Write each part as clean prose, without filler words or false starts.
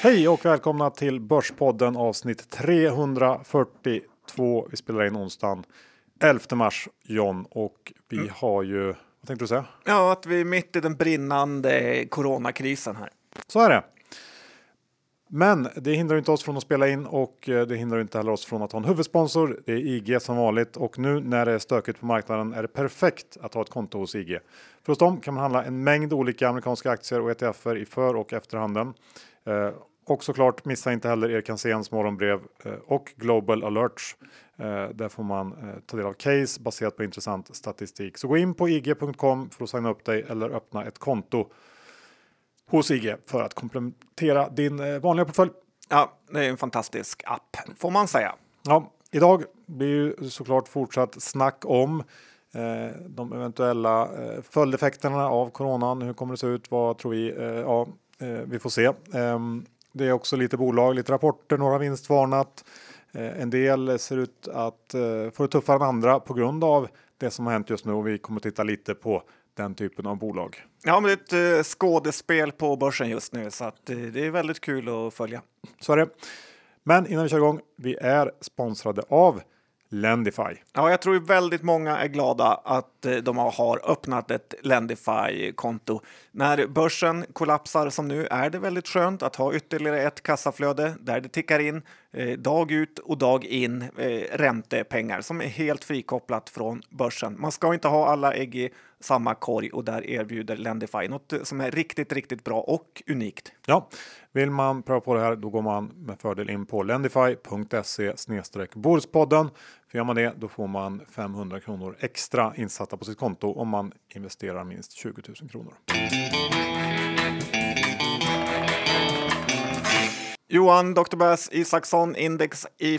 Hej och välkomna till Börspodden avsnitt 342. Vi spelar in onsdagen 11 mars, John, och vi har ju, vad tänkte du säga? Ja, att vi är mitt i den brinnande coronakrisen här. Så är det. Men det hindrar inte oss från att spela in och det hindrar inte heller oss från att ha en huvudsponsor. Det är IG som vanligt och nu när det är stökigt på marknaden är det perfekt att ha ett konto hos IG. För hos dem kan man handla en mängd olika amerikanska aktier och ETFer i för- och efterhanden. Och såklart missa inte heller Erik Hanséns morgonbrev och Global Alerts. Där får man ta del av case baserat på intressant statistik. Så gå in på ig.com för att signa upp dig eller öppna ett konto hos IG för att komplementera din vanliga portfölj. Ja, det är en fantastisk app, får man säga. Ja, idag blir ju såklart fortsatt snack om de eventuella följdeffekterna av coronan. Hur kommer det se ut? Vad tror vi? Vi får se. Det är också lite bolag, lite rapporter, några vinstvarnat. En del ser ut att få det tuffare än andra på grund av det som har hänt just nu och vi kommer titta lite på den typen av bolag. Ja, men det är ett skådespel på börsen just nu så att det är väldigt kul att följa. Så är det. Men innan vi kör igång, vi är sponsrade av Lendify. Ja, jag tror väldigt många är glada att de har öppnat ett Lendify-konto. När börsen kollapsar som nu är det väldigt skönt att ha ytterligare ett kassaflöde där det tickar in dag ut och dag in räntepengar som är helt frikopplat från börsen. Man ska inte ha alla ägg i samma korg och där erbjuder Lendify något som är riktigt, riktigt bra och unikt. Ja, vill man pröva på det här då går man med fördel in på lendify.se/Börspodden. För gör man det då får man 500 kronor extra insatta på sitt konto om man investerar minst 20 000 kronor. Johan Dr. Bass Isaksson index i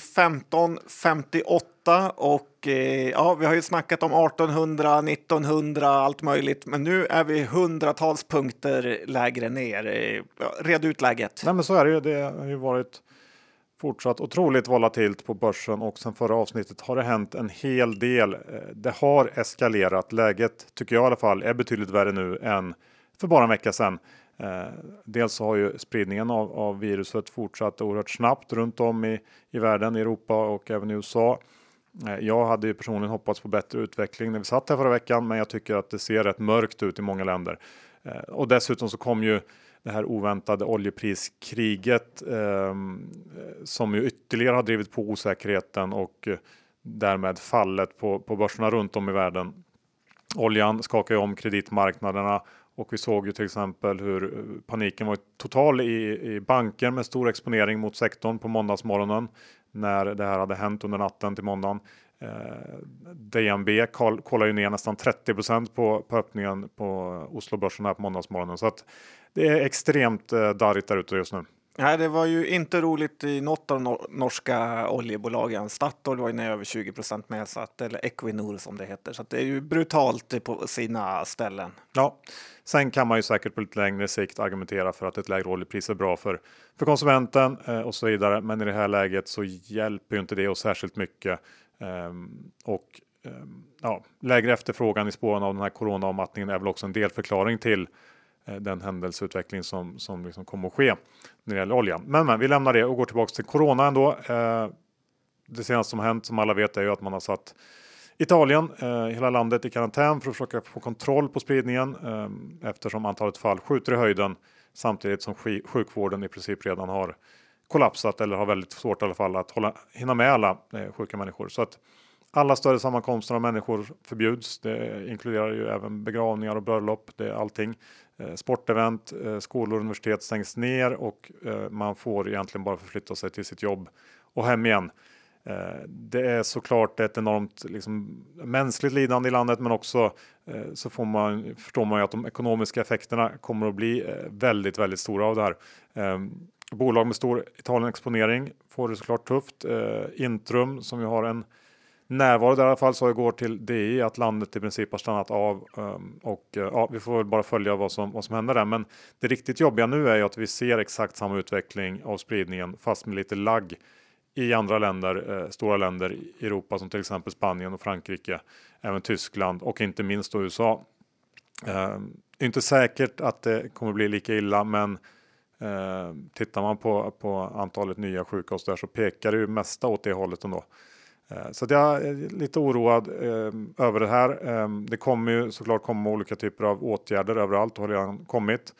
1558 och ja, vi har ju snackat om 1800, 1900, allt möjligt. Men nu är vi hundratals punkter lägre ner. Red ut läget. Nej men så är det ju. Det har ju varit fortsatt otroligt volatilt på börsen och sen förra avsnittet har det hänt en hel del. Det har eskalerat. Läget tycker jag i alla fall är betydligt värre nu än för bara en vecka sedan. Dels så har ju spridningen av viruset fortsatt oerhört snabbt runt om i världen, i Europa och även i USA. Jag hade ju personligen hoppats på bättre utveckling när vi satt här förra veckan, men jag tycker att det ser rätt mörkt ut i många länder. Och dessutom så kom ju det här oväntade oljepriskriget som ju ytterligare har drivit på osäkerheten och därmed fallet på börserna runt om i världen. Oljan skakar ju om kreditmarknaderna. Och vi såg ju till exempel hur paniken var total i banker med stor exponering mot sektorn på måndagsmorgonen när det här hade hänt under natten till måndagen. DNB kollar ju ner nästan 30% på öppningen på Oslobörsen här på måndagsmorgonen. Så att det är extremt darrigt där ute just nu. Nej, det var ju inte roligt i något av de norska oljebolagen. Statoil var ju ner över 20% nedsatt, eller Equinor som det heter. Så att det är ju brutalt på sina ställen. Ja, sen kan man ju säkert på lite längre sikt argumentera för att ett lägre oljepris är bra för konsumenten och så vidare. Men i det här läget så hjälper ju inte det och särskilt mycket. Lägre efterfrågan i spåren av den här coronaavmattningen är väl också en delförklaring till den händelseutveckling som liksom kommer att ske när det gäller oljan. Men vi lämnar det och går tillbaka till corona ändå. Det senaste som har hänt som alla vet är ju att man har satt Italien, hela landet i karantän för att försöka få kontroll på spridningen eftersom antalet fall skjuter i höjden samtidigt som sjukvården i princip redan har kollapsat eller har väldigt svårt i alla fall att hinna med alla sjuka människor. Så att alla större sammankomster av människor förbjuds. Det inkluderar ju även begravningar och bröllop. Det är allting. Sportevent, skolor och universitet stängs ner och man får egentligen bara förflytta sig till sitt jobb och hem igen. Det är såklart ett enormt mänskligt lidande i landet men också så förstår man ju att de ekonomiska effekterna kommer att bli väldigt, väldigt stora av det här. Bolag med stor Italien-exponering får det såklart tufft. Intrum som ju har en närvaro där i alla fall så går till DI att landet i princip har stannat av vi får väl bara följa vad som händer där. Men det riktigt jobbiga nu är ju att vi ser exakt samma utveckling av spridningen fast med lite lagg i andra länder, stora länder i Europa som till exempel Spanien och Frankrike, även Tyskland och inte minst USA. Inte säkert att det kommer bli lika illa men Tittar man på antalet nya sjuka och så där, så pekar det ju mesta åt det hållet ändå. Så att jag är lite oroad över det här. Det kommer ju såklart komma olika typer av åtgärder överallt och har redan kommit.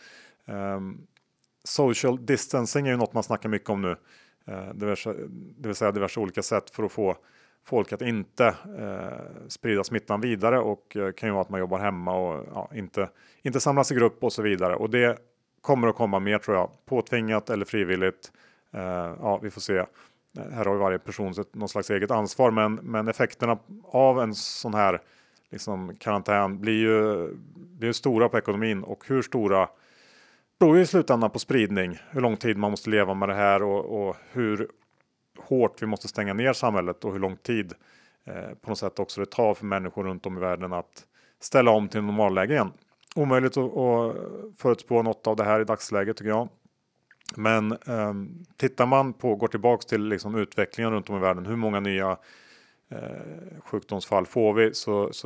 Social distancing är ju något man snackar mycket om nu. Det vill säga diverse olika sätt för att få folk att inte sprida smittan vidare, och kan ju vara att man jobbar hemma och inte samlas i grupp och så vidare. Och det kommer att komma mer, tror jag, påtvingat eller frivilligt. Vi får se. Här har ju varje person någon slags eget ansvar, men effekterna av en sån här liksom karantän blir ju stora på ekonomin, och hur stora beror ju i slutändan på spridning, hur lång tid man måste leva med det här och hur hårt vi måste stänga ner samhället, och hur lång tid på något sätt också det tar för människor runt om i världen att ställa om till normalläge igen. Omöjligt att förutspå något av det här i dagsläget, tycker jag. Men tittar man går tillbaks till liksom utvecklingen runt om i världen, hur många nya sjukdomsfall får vi,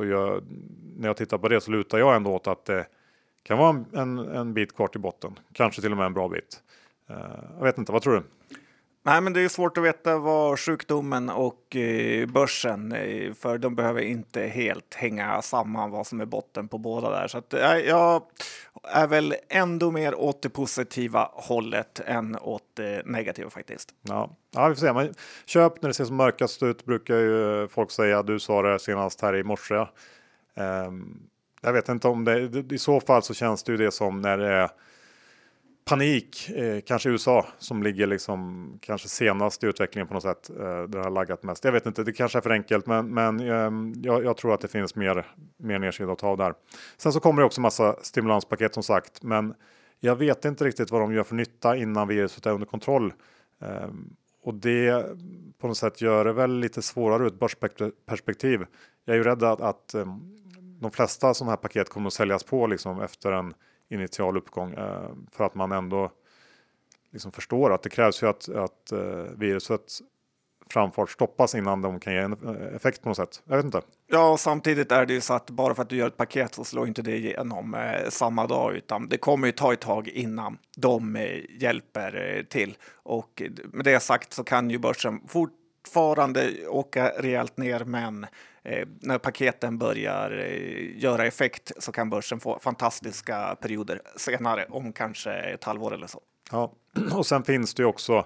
när jag tittar på det så lutar jag ändå åt att det kan vara en bit kvar till botten. Kanske till och med en bra bit. Jag vet inte, vad tror du? Nej, men det är svårt att veta vad sjukdomen och börsen, för de behöver inte helt hänga samman vad som är botten på båda där. Så att, jag är väl ändå mer åt det positiva hållet än åt det negativa faktiskt. Ja, vi får se. Men köp när det ser som mörkast ut, brukar ju folk säga. Du sa det senast här i morse. Jag vet inte om det, i så fall så känns det ju det som när det är panik, kanske i USA som ligger liksom kanske senast i utvecklingen på något sätt, där det har laggat mest. Jag vet inte, det kanske är för enkelt, men jag tror att det finns mer nedsida att ta där. Sen så kommer det också massa stimulanspaket som sagt, men jag vet inte riktigt vad de gör för nytta innan viruset är under kontroll. Och det på något sätt gör det väl lite svårare ur ett börsperspektiv. Jag är ju rädd att de flesta sådana här paket kommer att säljas på liksom efter en initial uppgång, för att man ändå liksom förstår att det krävs ju att virusets framfart stoppas innan de kan ge en effekt på något sätt. Jag vet inte. Ja, och samtidigt är det ju så att bara för att du gör ett paket så slår inte det igenom samma dag, utan det kommer ju ta ett tag innan de hjälper till. Och med det sagt så kan ju börsen fortfarande åka rejält ner, men när paketen börjar göra effekt så kan börsen få fantastiska perioder senare, om kanske ett halvår eller så. Ja, och sen finns det ju också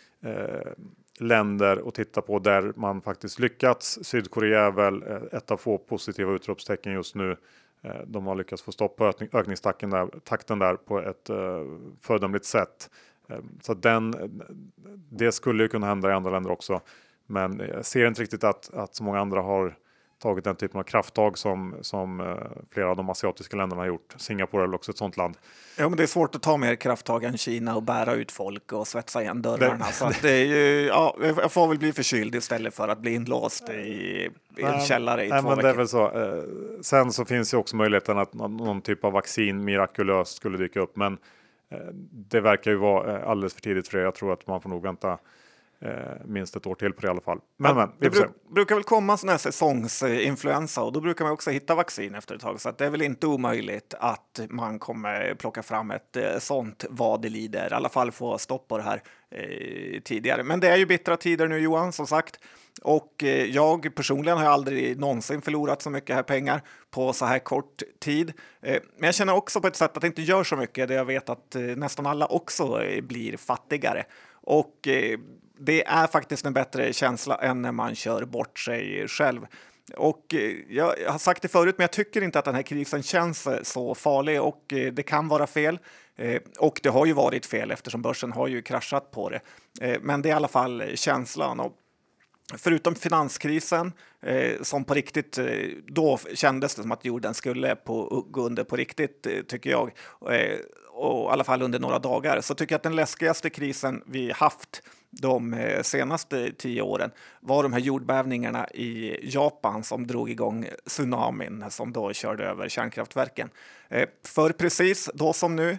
länder att titta på där man faktiskt lyckats. Sydkorea är väl ett av få positiva utropstecken just nu. De har lyckats få stopp på ökningstakten där på ett föredömligt sätt. Så det skulle ju kunna hända i andra länder också. Men jag ser inte riktigt att så många andra har tagit den typen av krafttag som flera av de asiatiska länderna har gjort. Singapore är också ett sånt land. Ja, men det är svårt att ta mer krafttag än Kina och bära ut folk och svetsa igen dörrarna. Så att det är ju, jag får väl bli förkyld istället för att bli inlåst i en källare i 2 veckor. Men det är väl så. Sen så finns ju också möjligheten att någon typ av vaccin mirakulöst skulle dyka upp. Men det verkar ju vara alldeles för tidigt för det. Jag tror att man får nog vänta minst ett år till på det i alla fall. Men det brukar väl komma sån här säsongsinfluensa, och då brukar man också hitta vaccin efter ett tag, så att det är väl inte omöjligt att man kommer plocka fram ett sånt vad det lider, i alla fall få stopp på det här tidigare. Men det är ju bittra tider nu, Johan, som sagt, och jag personligen har aldrig någonsin förlorat så mycket här pengar på så här kort tid. Men jag känner också på ett sätt att det inte gör så mycket, där jag vet att nästan alla också blir fattigare. Och det är faktiskt en bättre känsla än när man kör bort sig själv. Och jag har sagt det förut, men jag tycker inte att den här krisen känns så farlig, och det kan vara fel. Och det har ju varit fel eftersom börsen har ju kraschat på det. Men det är i alla fall känslan. Och förutom finanskrisen som på riktigt, då kändes det som att jorden skulle gå under på riktigt, tycker jag. Och i alla fall under några dagar, så tycker jag att den läskigaste krisen vi haft de senaste 10 åren var de här jordbävningarna i Japan som drog igång tsunamin som då körde över kärnkraftverken. För precis då som nu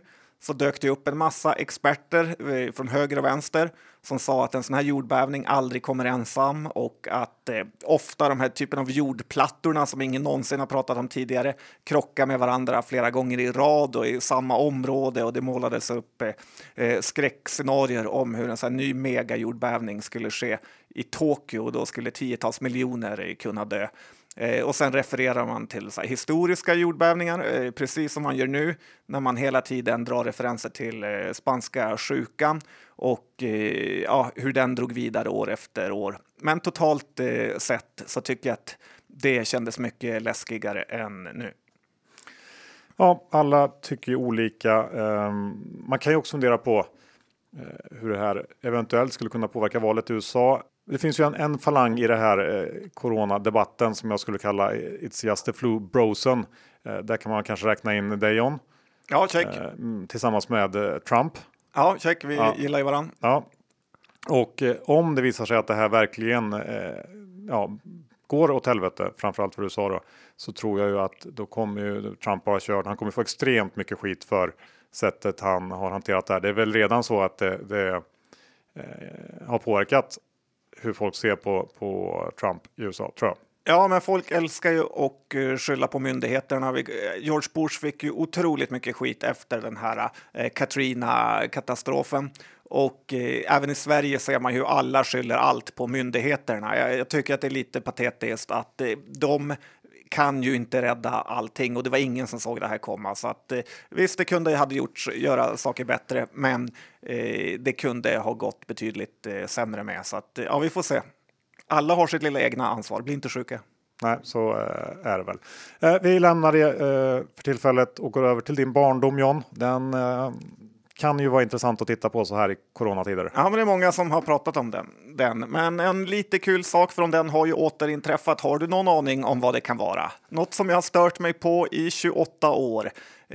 så dök det upp en massa experter från höger och vänster som sa att en sån här jordbävning aldrig kommer ensam och att ofta de här typen av jordplattorna som ingen någonsin har pratat om tidigare krockar med varandra flera gånger i rad och i samma område, och det målades upp skräckscenarier om hur en sån här ny megajordbävning skulle ske i Tokyo, och då skulle 10-tals miljoner kunna dö. Och sen refererar man till så här historiska jordbävningar, precis som man gör nu när man hela tiden drar referenser till spanska sjukan och hur den drog vidare år efter år. Men totalt sett så tycker jag att det kändes mycket läskigare än nu. Ja, alla tycker ju olika. Man kan ju också fundera på hur det här eventuellt skulle kunna påverka valet i USA. Det finns ju en falang i det här coronadebatten som jag skulle kalla It's just a flu brosen. Där kan man kanske räkna in dig, John. Ja, check. Tillsammans med Trump. Ja, check. Vi gillar ju varandra. Ja. Och om det visar sig att det här verkligen går åt helvete, framförallt för USA då, så tror jag ju att då kommer ju Trump vara körd. Han kommer få extremt mycket skit för sättet han har hanterat det här. Det är väl redan så att det har påverkat hur folk ser på Trump i USA, tror jag. Ja, men folk älskar ju att skylla på myndigheterna. George Bush fick ju otroligt mycket skit efter den här Katrina-katastrofen. Och även i Sverige ser man hur alla skyller allt på myndigheterna. Jag tycker att det är lite patetiskt att de kan ju inte rädda allting, och det var ingen som såg det här komma. Så att visst, det kunde göra saker bättre, men det kunde ha gått betydligt sämre med. Så att vi får se. Alla har sitt lilla egna ansvar, bli inte sjuka. Nej, så är det väl. Vi lämnar det för tillfället och går över till din barndom, John. Den kan ju vara intressant att titta på så här i coronatider. Ja, men det är många som har pratat om den. Men en lite kul sak från den har ju återinträffat. Har du någon aning om vad det kan vara? Något som jag har stört mig på i 28 år.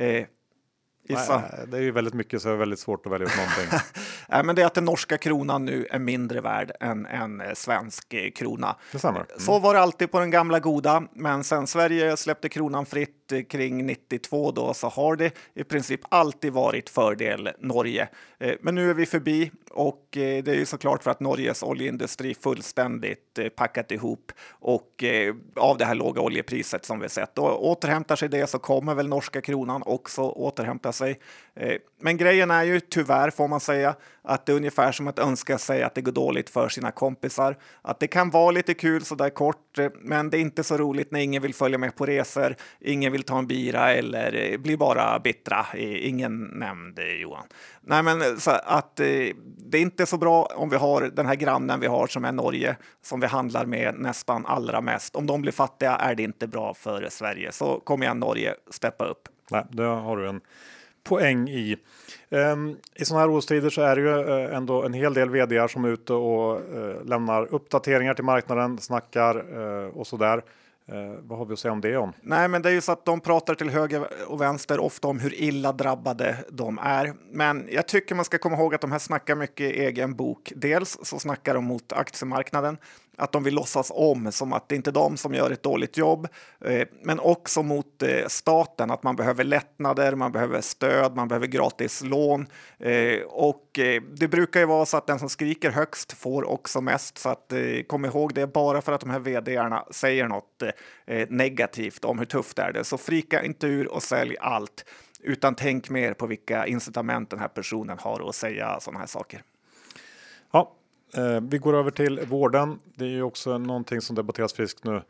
Nej, det är ju väldigt mycket, så det är väldigt svårt att välja ut någonting. Nej, men det är att den norska kronan nu är mindre värd än en svensk krona. Det stämmer. Så var det alltid på den gamla goda, men sen Sverige släppte kronan fritt kring 92 då, så har det i princip alltid varit fördel Norge. Men nu är vi förbi, och det är ju såklart för att Norges oljeindustri fullständigt packat ihop och av det här låga oljepriset som vi sett. Och återhämtar sig det, så kommer väl norska kronan också återhämta sig. Men grejen är ju, tyvärr får man säga, att det är ungefär som att önska sig att det går dåligt för sina kompisar. Att det kan vara lite kul så där kort, men det är inte så roligt när ingen vill följa med på resor, ingen vill ta en bira eller blir bara bittra. Ingen nämnd, Johan. Nej, men så att det är inte så bra om vi har den här grannen vi har som är Norge, som vi handlar med nästan allra mest. Om de blir fattiga är det inte bra för Sverige. Så kom igen Norge, steppa upp. Nej, det har du en poäng i. I sådana här orostider så är det ju ändå en hel del vd:ar som är ute och lämnar uppdateringar till marknaden, snackar och sådär. Vad har vi att säga om det, om? Nej, men det är ju så att de pratar till höger och vänster ofta om hur illa drabbade de är. Men jag tycker man ska komma ihåg att de här snackar mycket i egen bok. Dels så snackar de mot aktiemarknaden, att de vill låtsas om som att det inte är de som gör ett dåligt jobb, men också mot staten, att man behöver lättnader, man behöver stöd, man behöver gratis lån, och det brukar ju vara så att den som skriker högst får också mest, så att kom ihåg det, bara för att de här vd:arna säger något negativt om hur tufft det är det, så frika inte ur och sälj allt, utan tänk mer på vilka incitament den här personen har att säga sådana här saker. Ja. Vi går över till vården. Det är ju också någonting som debatteras friskt nu.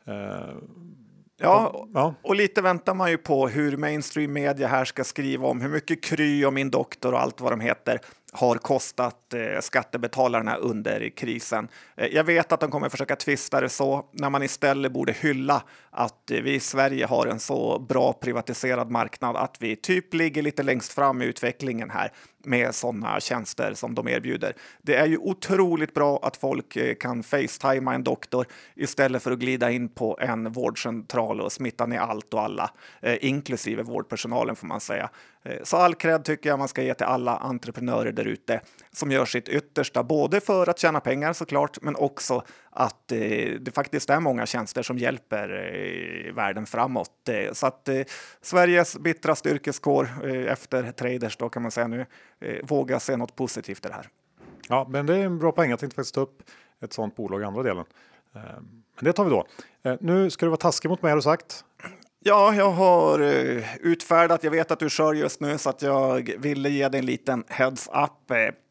Ja, och lite väntar man ju på hur mainstream media här ska skriva om hur mycket Kry och Min doktor och allt vad de heter har kostat skattebetalarna under krisen. Jag vet att de kommer försöka twista det så, när man istället borde hylla att vi i Sverige har en så bra privatiserad marknad att vi typ ligger lite längst fram i utvecklingen här med sådana tjänster som de erbjuder. Det är ju otroligt bra att folk kan facetima en doktor istället för att glida in på en vårdcentral och smitta ner allt och alla, inklusive vårdpersonalen får man säga. Så all cred tycker jag man ska ge till alla entreprenörer där ute som gör sitt yttersta, både för att tjäna pengar såklart, men också att det faktiskt är många tjänster som hjälper världen framåt. Så att Sveriges bittraste yrkeskår efter traders då kan man säga nu vågar se något positivt i det här. Ja, men det är en bra poäng. Jag tänkte faktiskt ta upp ett sådant bolag i andra delen. Men det tar vi då. Nu ska du vara taskig mot mig, har du sagt. Ja, jag har utfärdat. Jag vet att du kör just nu så att jag ville ge dig en liten heads up.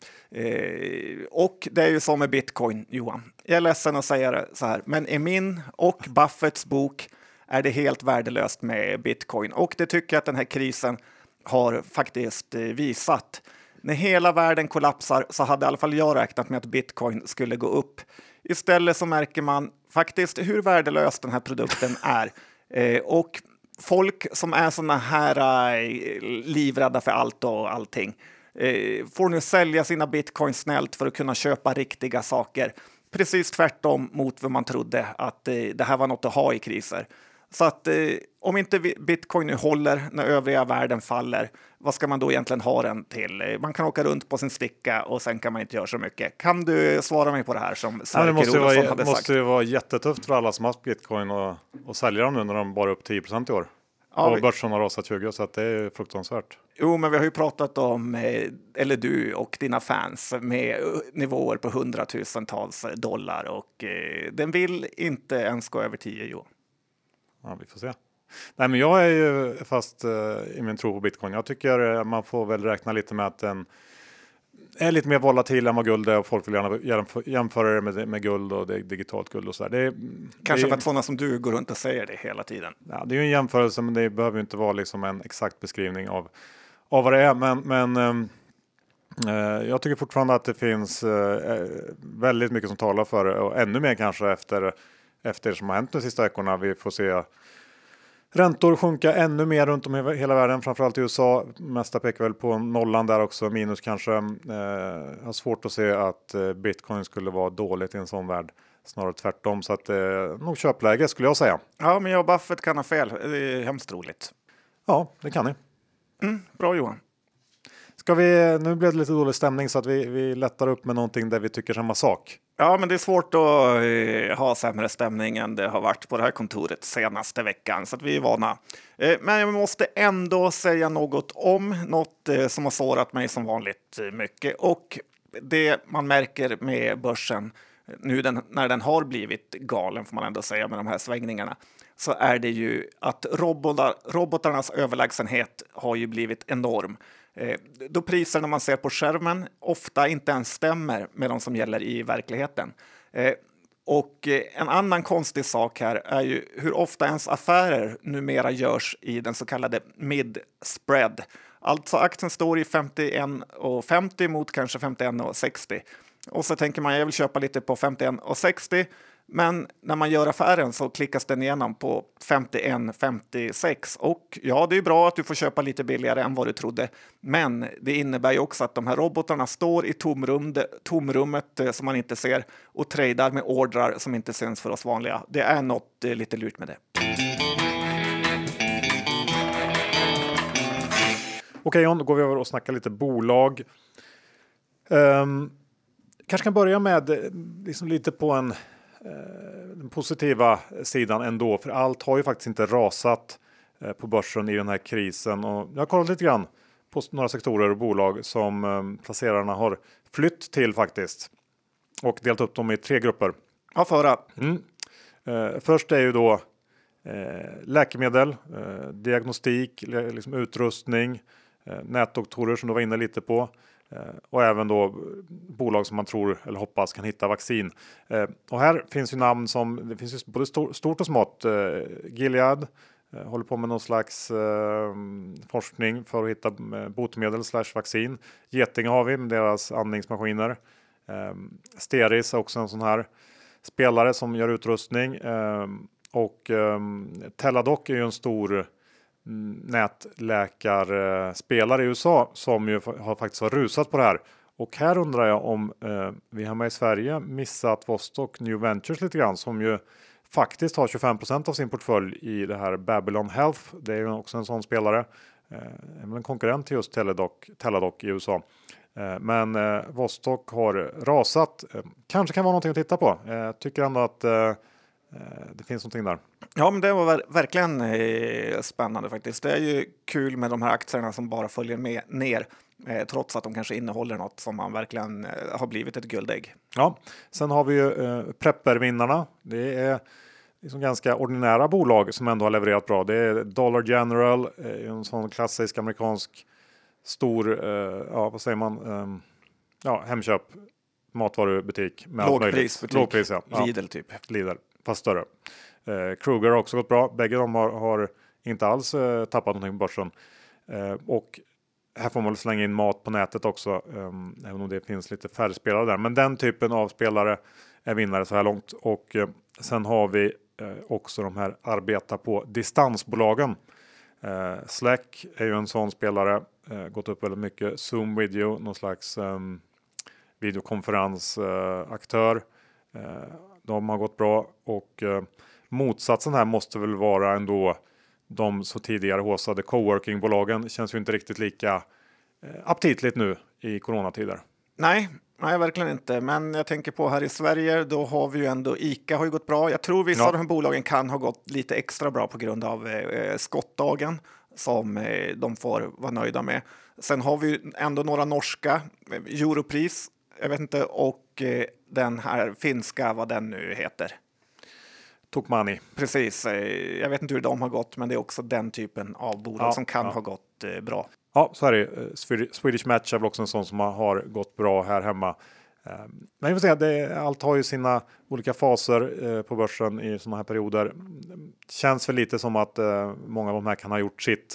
Och det är ju som med Bitcoin, Johan. Jag är ledsen att säga det så här, men i min och Buffetts bok är det helt värdelöst med Bitcoin. Och det tycker jag att den här krisen har faktiskt visat. När hela världen kollapsar så hade i alla fall jag räknat med att Bitcoin skulle gå upp. Istället så märker man faktiskt hur värdelös den här produkten är. Och folk som är såna här livrädda för allt och allting får nu sälja sina bitcoins snällt för att kunna köpa riktiga saker. Precis tvärtom mot vad man trodde att det här var något att ha i kriser. Så att om inte bitcoin nu håller när övriga världen faller, vad ska man då egentligen ha den till? Man kan åka runt på sin sticka och sen kan man inte göra så mycket. Kan du svara mig på det här som Sverker Olofsson hade sagt? Det måste ju vara jättetufft för alla som har haft bitcoin och sälja dem nu när de bara är upp 10% i år. Ja, och börsen har rasat 20, så att det är fruktansvärt. Jo, men vi har ju pratat om, eller du och dina fans, med nivåer på hundratusentals dollar och den vill inte ens gå över 10, jo. Ja, vi får se. Nej, men jag är ju fast i min tro på bitcoin. Jag tycker man får väl räkna lite med att den är lite mer volatil än vad guld är och folk vill gärna jämföra det med guld och digitalt guld och sådär. Kanske för att sådana som du går runt och säger det hela tiden. Ja, det är ju en jämförelse, men det behöver ju inte vara liksom en exakt beskrivning av vad det är. Men jag tycker fortfarande att det finns väldigt mycket som talar för det, och ännu mer kanske efter det som har hänt de sista veckorna. Vi får se räntor sjunka ännu mer runt om i hela världen, framförallt i USA. Mesta pekar väl på nollan där också, minus kanske. Har svårt att se att bitcoin skulle vara dåligt i en sån värld. Snarare tvärtom, så att nog köpläge skulle jag säga. Ja, men jag och Buffett kan ha fel. Det är hemskt roligt. Ja, det kan ni. Bra, Johan. Nu blev det lite dålig stämning, så att vi lättar upp med någonting där vi tycker samma sak. Ja, men det är svårt att ha sämre stämning än det har varit på det här kontoret senaste veckan, så att vi är vana. Men jag måste ändå säga något som har sårat mig som vanligt mycket. Och det man märker med börsen nu när den har blivit galen, får man ändå säga, med de här svängningarna, så är det ju att robotarnas överlägsenhet har ju blivit enorm. Då priserna man ser på skärmen ofta inte ens stämmer med de som gäller i verkligheten. Och en annan konstig sak här är ju hur ofta ens affärer numera görs i den så kallade mid-spread. Alltså aktien står i 51,50 mot kanske 51,60. Och så tänker man, jag vill köpa lite på 51,60. Men när man gör affären så klickas den igenom på 51,56. Och ja, det är bra att du får köpa lite billigare än vad du trodde. Men det innebär ju också att de här robotarna står i tomrummet som man inte ser och tradar med ordrar som inte syns för oss vanliga. Det är något lite lurt med det. Okej, John, då går vi över och snackar lite bolag. Kanske kan börja med liksom lite på den positiva sidan ändå, för allt har ju faktiskt inte rasat på börsen i den här krisen, och jag har kollat lite grann på några sektorer och bolag som placerarna har flytt till faktiskt och delat upp dem i 3 grupper. Ja, förra. Först är ju då läkemedel, diagnostik, liksom utrustning, nätdoktorer som du var inne lite på. Och även då bolag som man tror eller hoppas kan hitta vaccin. Och här finns ju namn som, det finns ju både stort och smått. Gilead håller på med någon slags forskning för att hitta botemedel / vaccin. Getinge har vi med deras andningsmaskiner. Steris är också en sån här spelare som gör utrustning. Och Teladoc är ju en stor nätläkarspelare i USA som ju faktiskt har rusat på det här. Och här undrar jag om vi hemma i Sverige missat Vostok New Ventures lite grann, som ju faktiskt har 25% av sin portfölj i det här Babylon Health. Det är ju också en sån spelare. En konkurrent till just Teladoc i USA. Men Vostok har rasat. Kanske kan vara någonting att titta på. Tycker ändå att det finns någonting där. Ja, men det var verkligen spännande faktiskt. Det är ju kul med de här aktierna som bara följer med ner. Trots att de kanske innehåller något som man verkligen har blivit ett guldägg. Ja, sen har vi ju preppervinnarna. Det är liksom ganska ordinära bolag som ändå har levererat bra. Det är Dollar General, en sån klassisk amerikansk stor, vad säger man, hemköp, matvarubutik. Med Lågprisbutik, lågpris, ja. Lidl typ. Lidl, fast större. Kruger har också gått bra. Bägge de har inte alls tappat någonting på börsen. Och här får man väl slänga in mat på nätet också, även om det finns lite färre spelare där. Men den typen av spelare är vinnare så här långt. Och sen har vi också de här arbeta på distansbolagen. Slack är ju en sån spelare, gått upp väldigt mycket. Zoom Video, någon slags videokonferensaktör. De har gått bra och motsatsen här måste väl vara ändå de så tidigare håsade coworkingbolagen. Känns ju inte riktigt lika aptitligt nu i coronatider. Nej, verkligen inte. Men jag tänker på här i Sverige, då har vi ju ändå ICA har ju gått bra. Jag tror vissa av de här bolagen kan ha gått lite extra bra på grund av skottdagen som de får vara nöjda med. Sen har vi ju ändå några norska, Europris, jag vet inte, och den här finska, vad den nu heter. Tokmanni. Precis, jag vet inte hur de har gått, men det är också den typen av bolag som kan ha gått bra. Ja, så är det. Swedish Match är väl också en sån som har gått bra här hemma. Men jag vill säga, allt har ju sina olika faser på börsen i såna här perioder. Känns väl lite som att många av de här kan ha gjort sitt.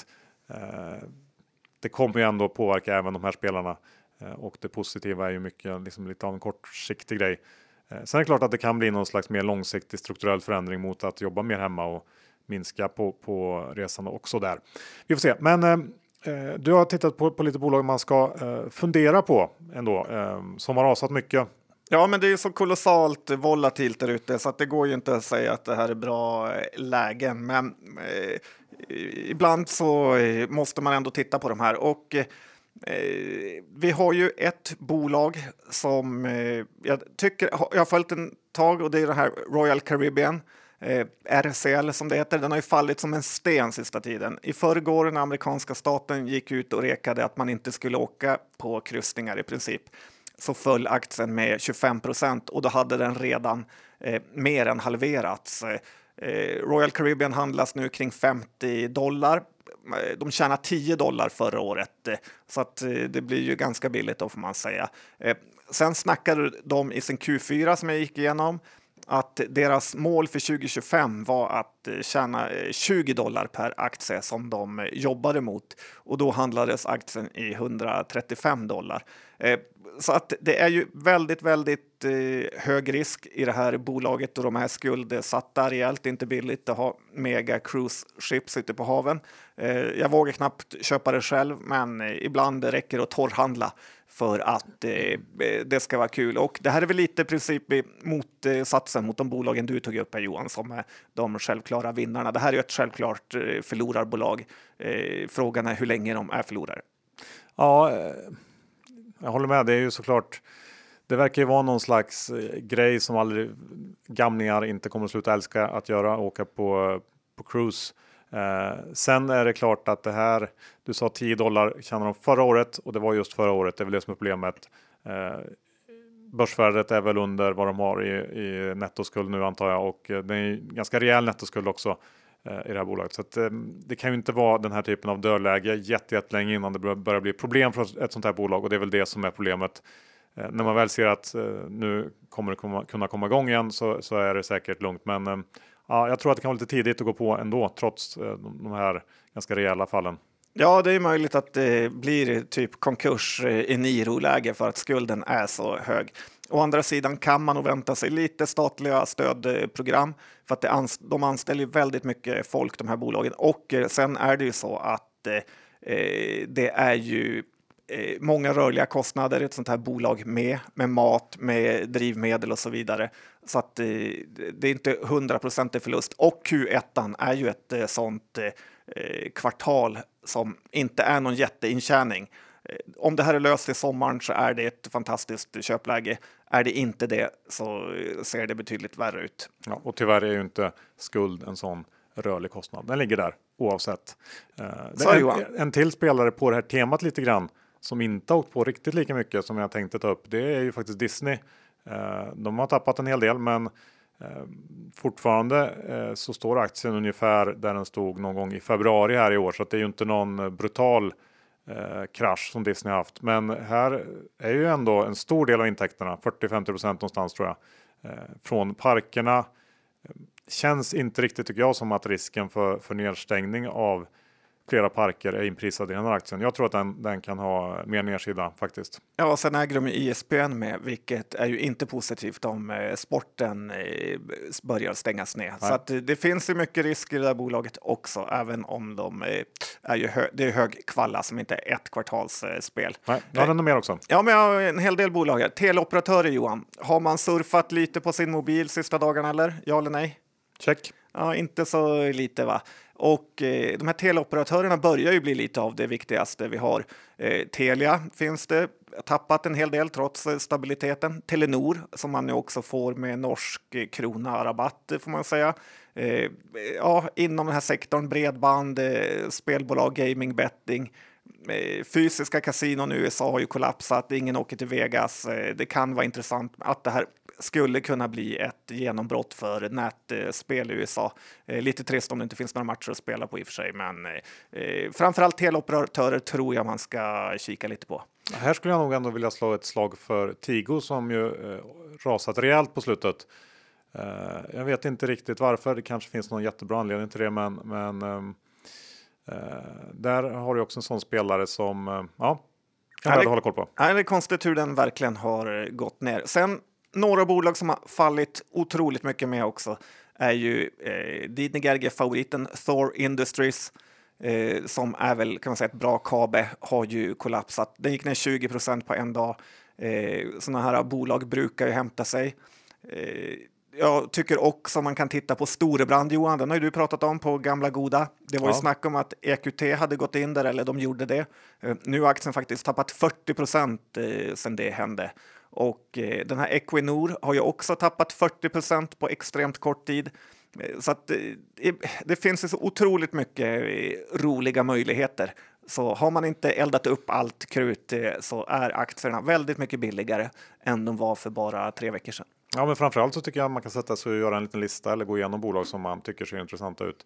Det kommer ju ändå påverka även de här spelarna. Och det positiva är ju mycket liksom lite av en kortsiktig grej. Sen är det klart att det kan bli någon slags mer långsiktig strukturell förändring mot att jobba mer hemma och minska på resan också där. Vi får se. Men du har tittat på lite bolag man ska fundera på ändå, som har rasat mycket. Ja, men det är så kolossalt volatilt där ute så att det går ju inte att säga att det här är bra lägen. Men ibland så måste man ändå titta på de här. Och vi har ju ett bolag som jag har följt en tag, och det är det här Royal Caribbean. RCL som det heter, den har ju fallit som en sten sista tiden. I förrgår när amerikanska staten gick ut och rekade att man inte skulle åka på kryssningar i princip, så föll aktien med 25% och då hade den redan mer än halverats. Royal Caribbean handlas nu kring $50. De tjänar $10 förra året, så att det blir ju ganska billigt då får man säga. Sen snackade de i sin Q4 som jag gick igenom att deras mål för 2025 var att tjäna $20 per aktie som de jobbade mot, och då handlades aktien i $135. Så att det är ju väldigt, väldigt hög risk i det här bolaget, och de är skuldsatta rejält, inte billigt att ha mega cruise ships ute på haven. Jag vågar knappt köpa det själv, men ibland räcker det att torrhandla för att det ska vara kul. Och det här är väl lite princip motsatsen mot de bolagen du tog upp här, Johan, som är de självklara vinnarna. Det här är ju ett självklart förlorarbolag. Frågan är hur länge de är förlorare. Ja, jag håller med. Det är ju såklart, det verkar ju vara någon slags grej som aldrig gamlingar inte kommer att sluta älska att göra, åka på cruise. Sen är det klart att det här, du sa $10 tjänade de förra året, och det var just förra året, det är väl det som är problemet. Börsvärdet är väl under vad de har i nettoskuld nu antar jag, och det är en ganska rejäl nettoskuld också i det här bolaget. Så att, det kan ju inte vara den här typen av dödläge jättelänge innan det börjar bli problem för ett sånt här bolag, och det är väl det som är problemet. När man väl ser att nu kommer det kunna komma igång igen, så är det säkert lugnt. Men ja, jag tror att det kan vara lite tidigt att gå på ändå, trots de här ganska rejäla fallen. Ja, det är möjligt att det blir typ konkurs i Niro-läge för att skulden är så hög. Å andra sidan kan man nog vänta sig lite statliga stödprogram, för att de anställer väldigt mycket folk, de här bolagen. Och sen är det ju så att det är ju många rörliga kostnader i ett sånt här bolag med mat, med drivmedel och så vidare. Så att det är inte 100% förlust. Och Q1 är ju ett sånt kvartal som inte är någon jätteintjäning. Om det här är löst i sommaren så är det ett fantastiskt köpläge. Är det inte det så ser det betydligt värre ut. Ja, och tyvärr är ju inte skuld en sån rörlig kostnad. Den ligger där oavsett. En till spelare på det här temat lite grann som inte har åkt på riktigt lika mycket som jag tänkte ta upp. Det är ju faktiskt Disney. De har tappat en hel del, men fortfarande så står aktien ungefär där den stod någon gång i februari här i år. Så att det är ju inte någon brutal krasch som Disney har haft. Men här är ju ändå en stor del av intäkterna, 40-50% någonstans tror jag, från parkerna. Känns inte riktigt tycker jag som att risken för nedstängning av flera parker är inprisad i den här aktien. Jag tror att den kan ha mer nedsida faktiskt. Ja, och sen äger de ISBN med, vilket är ju inte positivt om sporten börjar stängas ner. Nej. Så att det finns ju mycket risk i det där bolaget också, även om det är hög kvalla som inte är ett kvartalsspel. Nej, jag har mer också. Ja, men jag har en hel del bolag här. Teleoperatörer, Johan. Har man surfat lite på sin mobil sista dagarna eller? Ja eller nej? Check. Ja, inte så lite va. Och de här teleoperatörerna börjar ju bli lite av det viktigaste vi har. Telia finns det, tappat en hel del trots stabiliteten. Telenor som man nu också får med norsk krona rabatt får man säga. Inom den här sektorn, bredband, spelbolag, gaming, betting. Fysiska kasinon i USA har ju kollapsat, ingen åker till Vegas. Det kan vara intressant att det här skulle kunna bli ett genombrott för nätspel i USA. Lite trist om det inte finns några matcher att spela på i och för sig, men framförallt teleoperatörer tror jag man ska kika lite på. Här skulle jag nog ändå vilja slå ett slag för Tigo som ju rasat rejält på slutet. Jag vet inte riktigt varför, det kanske finns någon jättebra anledning till det, men där har du också en sån spelare som kan hålla koll på. Det är konstigt hur den verkligen har gått ner. Sen några bolag som har fallit otroligt mycket med också är ju Didner-favoriten Thor Industries som är väl kan man säga ett bra kabe, har ju kollapsat. Den gick ner 20% på en dag. Sådana här bolag brukar ju hämta sig. Jag tycker också man kan titta på Storebrand, Johan. Den har ju du pratat om på gamla goda. Det var ju snack om att EQT hade gått in där, eller de gjorde det. Nu har aktien faktiskt tappat 40% sedan det hände. Och den här Equinor har ju också tappat 40% på extremt kort tid. Så att det finns ju så otroligt mycket roliga möjligheter. Så har man inte eldat upp allt krut så är aktierna väldigt mycket billigare än de var för bara 3 veckor sedan. Ja, men framförallt så tycker jag man kan sätta sig och göra en liten lista eller gå igenom bolag som man tycker ser intressanta ut.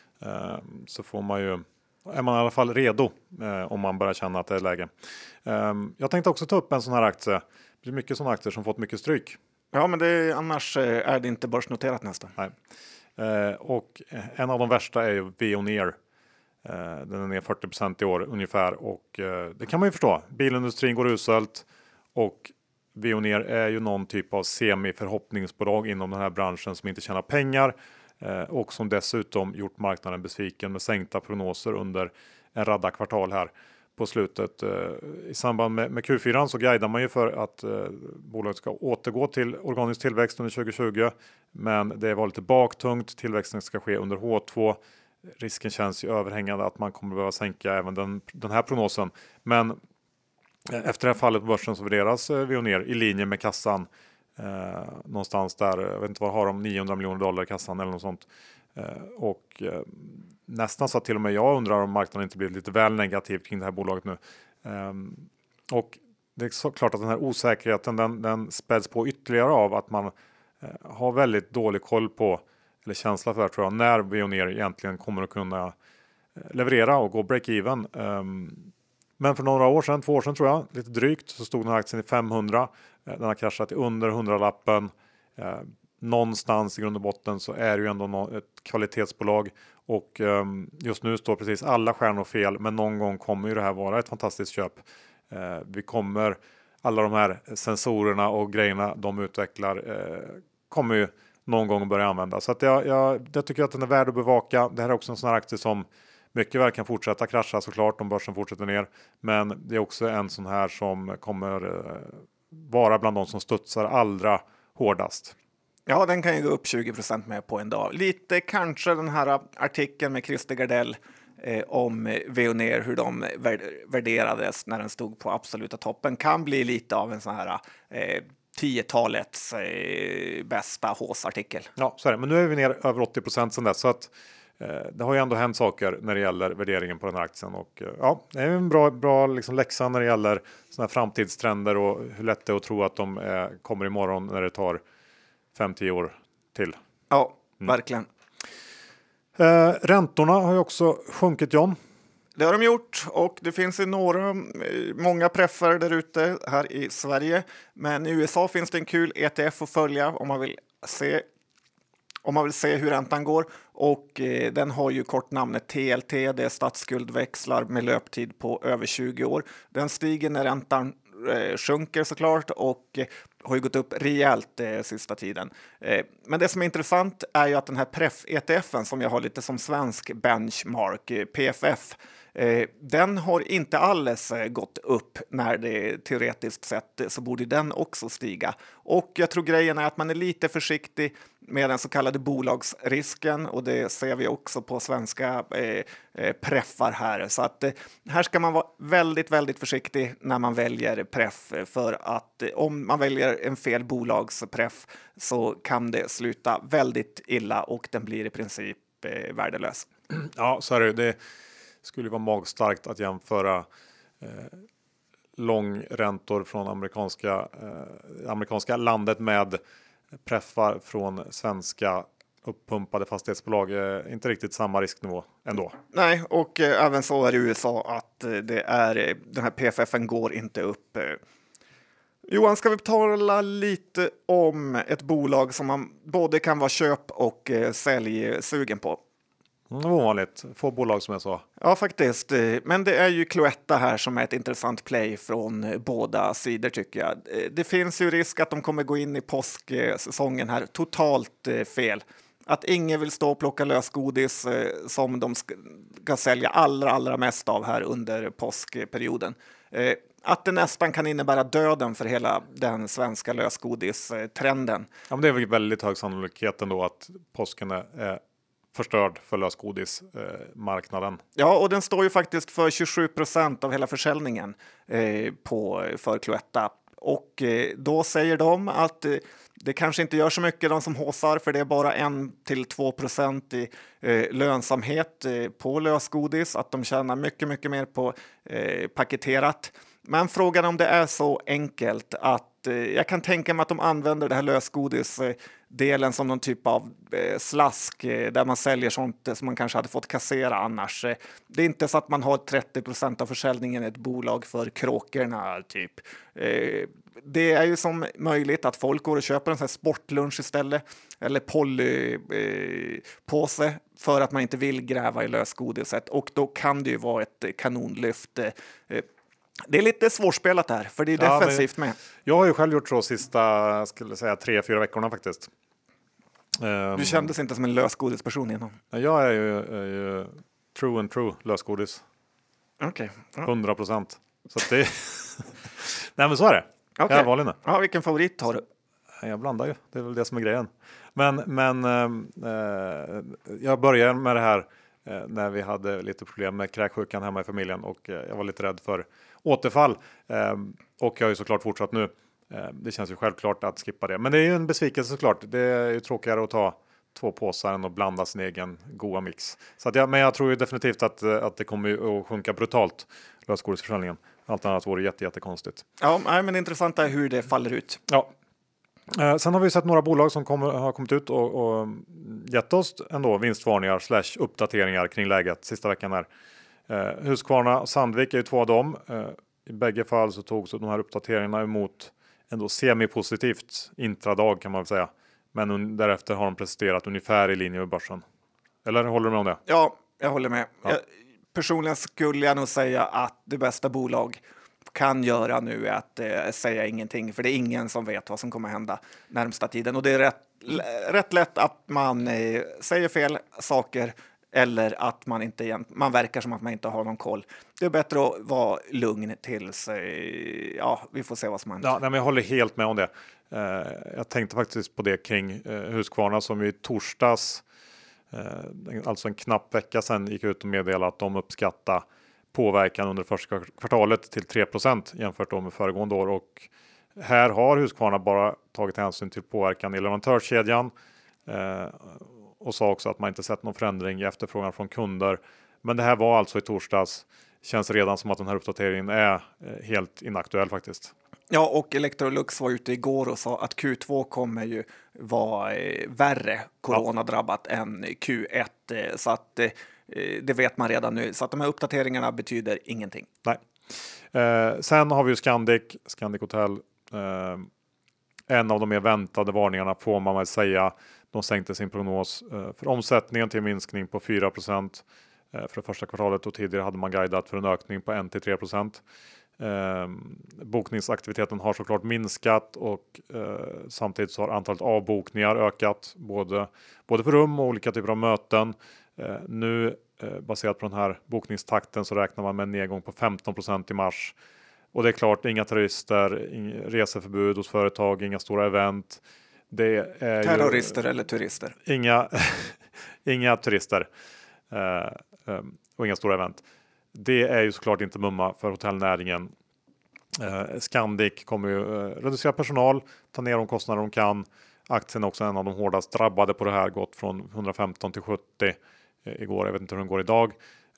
Så får man ju, är man i alla fall redo om man börjar känna att det är läge. Jag tänkte också ta upp en sån här aktie. Det är mycket sådana aktier som fått mycket stryk. Ja, men annars är det inte börsnoterat nästan. Nej. Och en av de värsta är ju Veoneer. Den är ner 40% i år ungefär. Och det kan man ju förstå. Bilindustrin går uselt. Och Veoneer är ju någon typ av semi-förhoppningsbolag inom den här branschen som inte tjänar pengar. Och som dessutom gjort marknaden besviken med sänkta prognoser under en radda kvartal här på slutet. I samband med Q4 så guidar man ju för att bolaget ska återgå till organisk tillväxt under 2020. Men det var lite baktungt. Tillväxten ska ske under H2. Risken känns ju överhängande att man kommer behöva sänka även den här prognosen. Men efter det här fallet på börsen så värderas Veoneer i linje med kassan. Någonstans där, jag vet inte vad har de, $900 miljoner i kassan eller något sånt. Nästan så att till och med jag undrar om marknaden inte blir lite väl negativ kring det här bolaget nu. Och det är så klart att den här osäkerheten den späds på ytterligare av att man har väldigt dålig koll på, eller känsla för tror jag, när Veoneer egentligen kommer att kunna leverera och gå break-even. Men för några år sedan, 2 år sedan tror jag, lite drygt, så stod den här aktien i 500. Den har kraschat till under 100-lappen. Någonstans i grund och botten så är det ju ändå ett kvalitetsbolag. Och just nu står precis alla stjärnor fel. Men någon gång kommer ju det här vara ett fantastiskt köp. Alla de här sensorerna och grejerna de utvecklar kommer ju någon gång att börja använda. Så att jag tycker att den är värd att bevaka. Det här är också en sån här aktie som mycket väl kan fortsätta krascha såklart om börsen fortsätter ner. Men det är också en sån här som kommer vara bland de som studsar allra hårdast. Ja, den kan ju gå upp 20% med på en dag. Lite kanske den här artikeln med Christer Gardell om Veoneer, hur de värderades när den stod på absoluta toppen, kan bli lite av en sån här 10-talets bästa håsartikel. Ja, så är det. Men nu är vi ner över 80% sedan dess, så att det har ju ändå hänt saker när det gäller värderingen på den här aktien. Och ja, det är en bra liksom läxa när det gäller såna här framtidstrender och hur lätt det är att tro att de kommer imorgon när det tar 5-10 år till. Ja, verkligen. Räntorna har ju också sjunkit, John. Det har de gjort, och det finns ju många preffer där ute här i Sverige. Men i USA finns det en kul ETF att följa om man vill se hur räntan går. Och den har ju kortnamnet TLT, det är statsskuldväxlar med löptid på över 20 år. Den stiger när räntan sjunker såklart, och har ju gått upp rejält sista tiden. Men det som är intressant är ju att den här PREF-ETFen som jag har lite som svensk benchmark, PFF, den har inte alls gått upp när det teoretiskt sett så borde den också stiga. Och jag tror grejen är att man är lite försiktig med den så kallade bolagsrisken, och det ser vi också på svenska preffar här. Så att här ska man vara väldigt, väldigt försiktig när man väljer preff, för att om man väljer en fel bolagspreff så kan det sluta väldigt illa och den blir i princip värdelös. Ja, så är det. Det skulle vara magstarkt att jämföra långräntor från amerikanska landet med preffar från svenska uppumpade fastighetsbolag. Inte riktigt samma risknivå ändå. Nej, och även så är det i USA att den här PFFen går inte upp. Johan, ska vi tala lite om ett bolag som man både kan vara köp- och säljsugen på? Det var vanligt. Få bolag som jag sa. Ja, faktiskt. Men det är ju Cloetta här som är ett intressant play från båda sidor tycker jag. Det finns ju risk att de kommer gå in i påsksäsongen här totalt fel. Att ingen vill stå och plocka lösgodis som de ska sälja allra mest av här under påskperioden. Att det nästan kan innebära döden för hela den svenska lösgodistrenden. Ja, men det är väl väldigt hög sannolikhet ändå att påsken är förstörd för lösgodismarknaden. Ja, och den står ju faktiskt för 27% av hela försäljningen för Cloetta. Och då säger de att det kanske inte gör så mycket de som håsar, för det är bara 1-2% i lönsamhet på lösgodis. Att de tjänar mycket mer på paketerat. Men frågan om det är så enkelt att jag kan tänka mig att de använder det här lösgodisdelen som någon typ av slask där man säljer sånt som man kanske hade fått kassera annars. Det är inte så att man har 30% av försäljningen i ett bolag för kråkorna typ. Det är ju som möjligt att folk går och köper en sån här sportlunch istället eller polypåse för att man inte vill gräva i lösgodiset, och då kan det ju vara ett kanonlyft. Det är lite svårspelat här, för det är defensivt med. Jag har ju själv gjort så sista, skulle säga 3-4 veckorna faktiskt. Du kändes inte som en lösgodisperson innan. Jag är ju true lösgodis. Okej. Ja. 100%. Så att det nej, men så är det. Okay. Jag valde nu. Ja, vilken favorit har du? Jag blandar ju. Det är väl det som är grejen. Men jag började med det här när vi hade lite problem med kräksjukan hemma i familjen, och jag var lite rädd för återfall. Och jag har ju såklart fortsatt nu. Det känns ju självklart att skippa det. Men det är ju en besvikelse såklart. Det är ju tråkigare att ta 2 påsar än att blanda sin egen goda mix. Så att men jag tror ju definitivt att det kommer att sjunka brutalt, lösgodisförsäljningen. Allt annat vore jättekonstigt. Ja, men det intressanta är hur det faller ut. Ja. Sen har vi sett några bolag som har kommit ut och gett oss ändå vinstvarningar / uppdateringar kring läget sista veckan här. Husqvarna och Sandvik är ju 2 av dem. I bägge fall så tog så de här uppdateringarna emot ändå semi-positivt intradag kan man väl säga. Men därefter har de presterat ungefär i linje med börsen. Eller håller du med om det? Ja, jag håller med. Ja. Personligen skulle jag nog säga att det bästa bolag kan göra nu är att säga ingenting. För det är ingen som vet vad som kommer hända närmsta tiden. Och det är rätt lätt att man säger fel saker eller att man verkar som att man inte har någon koll. Det är bättre att vara lugn tills vi får se vad som händer. Ja, men jag håller helt med om det. Jag tänkte faktiskt på det kring Husqvarna som i torsdags Alltså en knapp vecka sedan gick ut och meddelade att de uppskattar påverkan under första kvartalet till 3% jämfört med föregående år. Och här har Husqvarna bara tagit hänsyn till påverkan i leverantörskedjan och sa också att man inte sett någon förändring i efterfrågan från kunder. Men det här var alltså i torsdags. Känns redan som att den här uppdateringen är helt inaktuell faktiskt. Ja, och Electrolux var ute igår och sa att Q2 kommer ju vara värre coronadrabbat än Q1. Så att det vet man redan nu. Så att de här uppdateringarna betyder ingenting. Nej. Sen har vi ju Scandic Hotel. En av de mer väntade varningarna får man väl säga. De sänkte sin prognos för omsättningen till minskning på 4% för det första kvartalet, och tidigare hade man guidat för en ökning på 1-3%. Bokningsaktiviteten har såklart minskat och samtidigt så har antalet avbokningar ökat både för rum och olika typer av möten. Nu baserat på den här bokningstakten så räknar man med en nedgång på 15% i mars. Och det är klart, inga turister, reseförbud hos företag, inga stora event. Det är terrorister eller turister? Inga turister och inga stora event. Det är ju såklart inte mumma för hotellnäringen. Scandic kommer ju reducera personal, ta ner de kostnader de kan. Aktien är också en av de hårdast drabbade på det här, gått från 115 till 70 igår. Jag vet inte hur den går idag.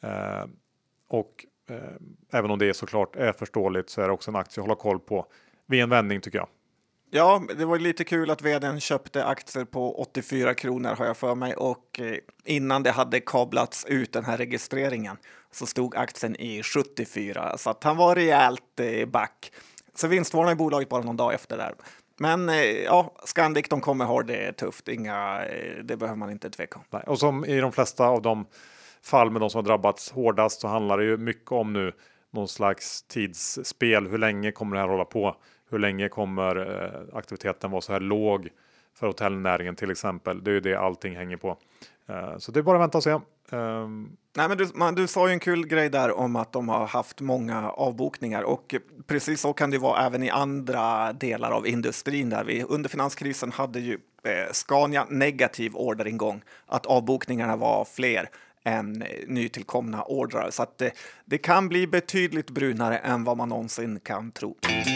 Även om det såklart är förståeligt så är det också en aktie att hålla koll på vid en vändning tycker jag. Ja, det var lite kul att vdn köpte aktier på 84 kronor har jag för mig, och innan det hade kablats ut den här registreringen så stod aktien i 74, så att han var rejält back. Så vinstvarnade i bolaget bara någon dag efter där. Men ja, Scandic, de kommer ha det tufft, det behöver man inte tveka om. Nej, och som i de flesta av de fall med de som har drabbats hårdast så handlar det ju mycket om nu någon slags tidsspel. Hur länge kommer det här hålla på? Hur länge kommer aktiviteten vara så här låg för hotellnäringen till exempel? Det är ju det allting hänger på. Så det är bara att vänta och se. Nej, men du sa ju en kul grej där om att de har haft många avbokningar, och precis så kan det vara även i andra delar av industrin. Där vi under finanskrisen hade ju Scania negativ orderingång, att avbokningarna var fler än nytillkomna ordrar. Så att det kan bli betydligt brunare än vad man någonsin kan tro.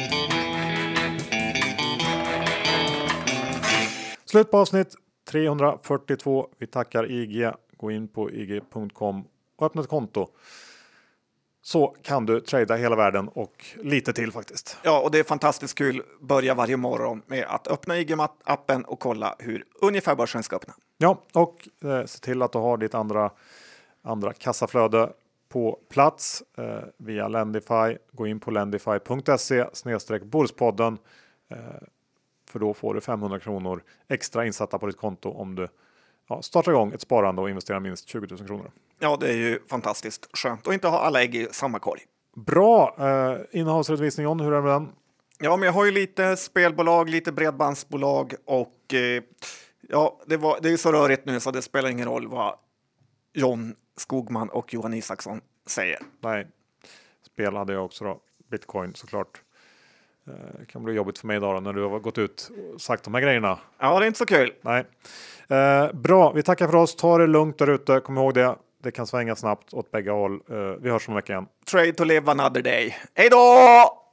Slut på avsnitt 342. Vi tackar IG. Gå in på ig.com och öppna ett konto. Så kan du trada hela världen och lite till faktiskt. Ja, och det är fantastiskt kul. Börja varje morgon med att öppna IG-appen och kolla hur ungefär börsen ska öppna. Ja, och se till att du har ditt andra kassaflöde på plats via Lendify. Gå in på lendify.se/Börspodden för då får du 500 kronor extra insatta på ditt konto om du startar igång ett sparande och investerar minst 20 000 kronor. Ja, det är ju fantastiskt skönt att inte ha alla ägg i samma korg. Bra! Innehavsredovisning, John, hur är det med den? Ja, men jag har ju lite spelbolag, lite bredbandsbolag och det är ju så rörigt nu så det spelar ingen roll vad John Skogman och Johan Isaksson säger. Nej, spel hade jag också då. Bitcoin såklart. Det kan bli jobbigt för mig idag då, när du har gått ut och sagt de här grejerna. Ja, det är inte så kul. Nej. Bra, vi tackar för oss. Ta det lugnt där ute. Kom ihåg det. Det kan svänga snabbt åt bägge håll. Vi hörs om en vecka igen. Trade to live another day. Hej då!